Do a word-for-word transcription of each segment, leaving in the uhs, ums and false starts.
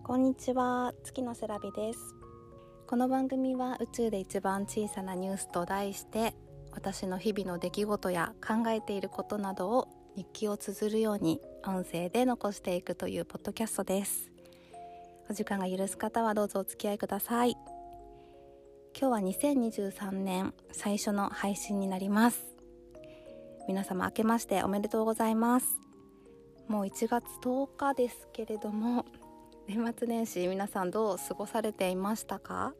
こんにちは、月のセラビです。この番組は宇宙で一番小さなニュースと題して、私の日々の出来事や考えていることなどを日記を綴るように音声で残していくというポッドキャストです。お時間が許す方はどうぞお付き合いください。今日はにせんにじゅうさんねん最初の配信になります。皆様明けましておめでとうございます。もういちがつとおかですけれども、年末年始皆さんどう過ごされていましたか？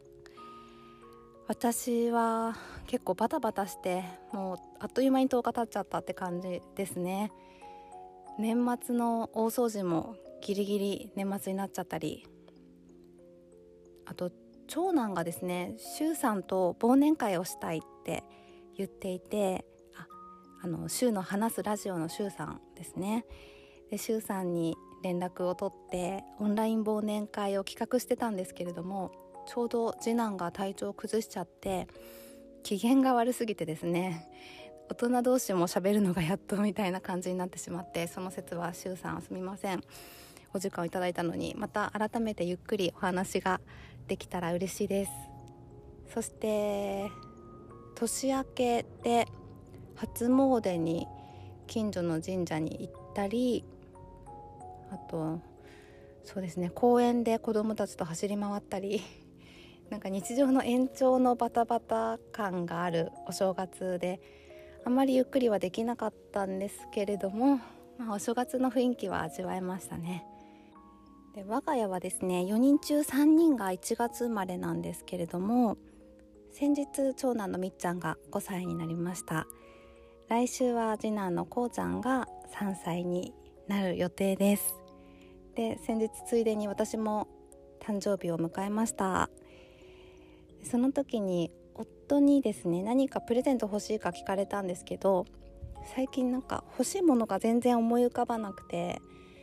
私は結構バタバタしてもうあっという間にとおか経っちゃったって感じですね。年末の大掃除もギリギリ年末になっちゃったり、あと長男がですね、周さんと忘年会をしたいって言っていて、あ、あの周の話すラジオの周さんですね。で、周さんに連絡を取ってオンライン忘年会を企画してたんですけれども、ちょうど次男が体調を崩しちゃって機嫌が悪すぎてですね、大人同士も喋るのがやっとみたいな感じになってしまって、その説は周さんすみません。お時間をいただいたのに、また改めてゆっくりお話ができたら嬉しいです。そして年明けで初詣に近所の神社に行ったり、あとそうですね、公園で子どもたちと走り回ったりなんか日常の延長のバタバタ感があるお正月で、あまりゆっくりはできなかったんですけれども、まあ、お正月の雰囲気は味わえましたね。で、我が家はですね、よにんちゅうさんにんがいちがつ生まれなんですけれども、先日長男のみっちゃんがごさいになりました。来週は次男のこうちゃんがさんさいになる予定です。で、先日ついでに私も誕生日を迎えました。その時に夫にですね、何かプレゼント欲しいか聞かれたんですけど、最近なんか欲しいものが全然思い浮かばなくて、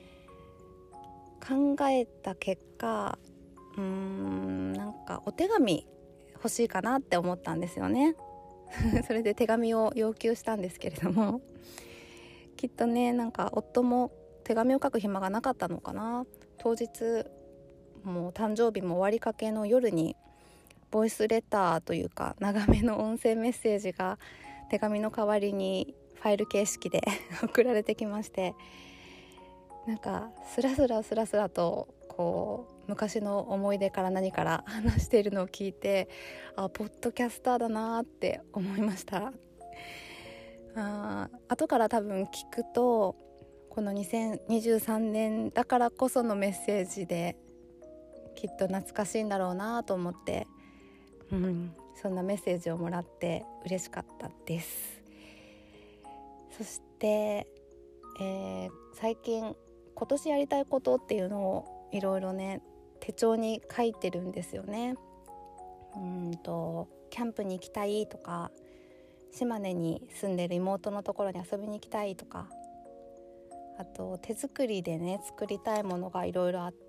考えた結果、うーんなんかお手紙欲しいかなって思ったんですよねそれで手紙を要求したんですけれども、きっとね、なんか夫も手紙を書く暇がなかったのかな。当日もう誕生日も終わりかけの夜にボイスレターというか長めの音声メッセージが手紙の代わりにファイル形式で送られてきまして、なんかスラスラスラスラとこう昔の思い出から何から話しているのを聞いて、あ、ポッドキャスターだなって思いました。あ、後から多分聞くと、このにせんにじゅうさんねんだからこそのメッセージできっと懐かしいんだろうなと思って、うん、そんなメッセージをもらって嬉しかったです。そして、えー、最近今年やりたいことっていうのをいろいろね、手帳に書いてるんですよね。うんとキャンプに行きたいとか、島根に住んでる妹のところに遊びに行きたいとか、あと手作りでね作りたいものがいろいろあって、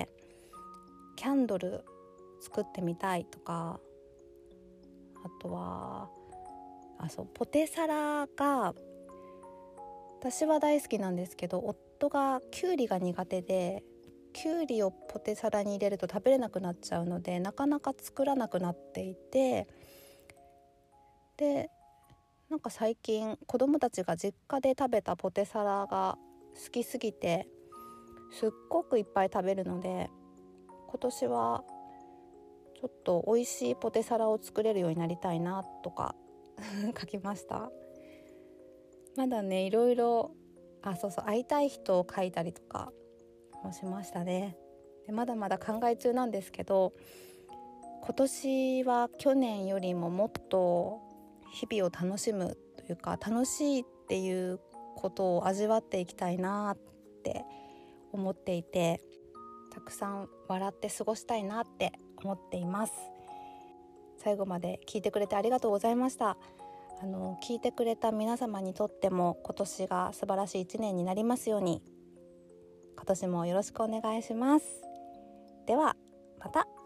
キャンドル作ってみたいとか、あとはあそうポテサラが私は大好きなんですけど、夫がキュウリが苦手で、キュウリをポテサラに入れると食べれなくなっちゃうので、なかなか作らなくなっていて、でなんか最近子供たちが実家で食べたポテサラが好きすぎてすっごくいっぱい食べるので、今年はちょっと美味しいポテサラを作れるようになりたいなとか書きました。まだね、いろいろ、あ、そうそう、会いたい人を書いたりとかもしましたね。で、まだまだ考え中なんですけど、今年は去年よりももっと日々を楽しむというか、楽しいっていうことを味わっていきたいなって思っていて、たくさん笑って過ごしたいなって思っています。最後まで聞いてくれてありがとうございました。あの聞いてくれた皆様にとっても今年が素晴らしいいちねんになりますように、今年もよろしくお願いします。ではまた。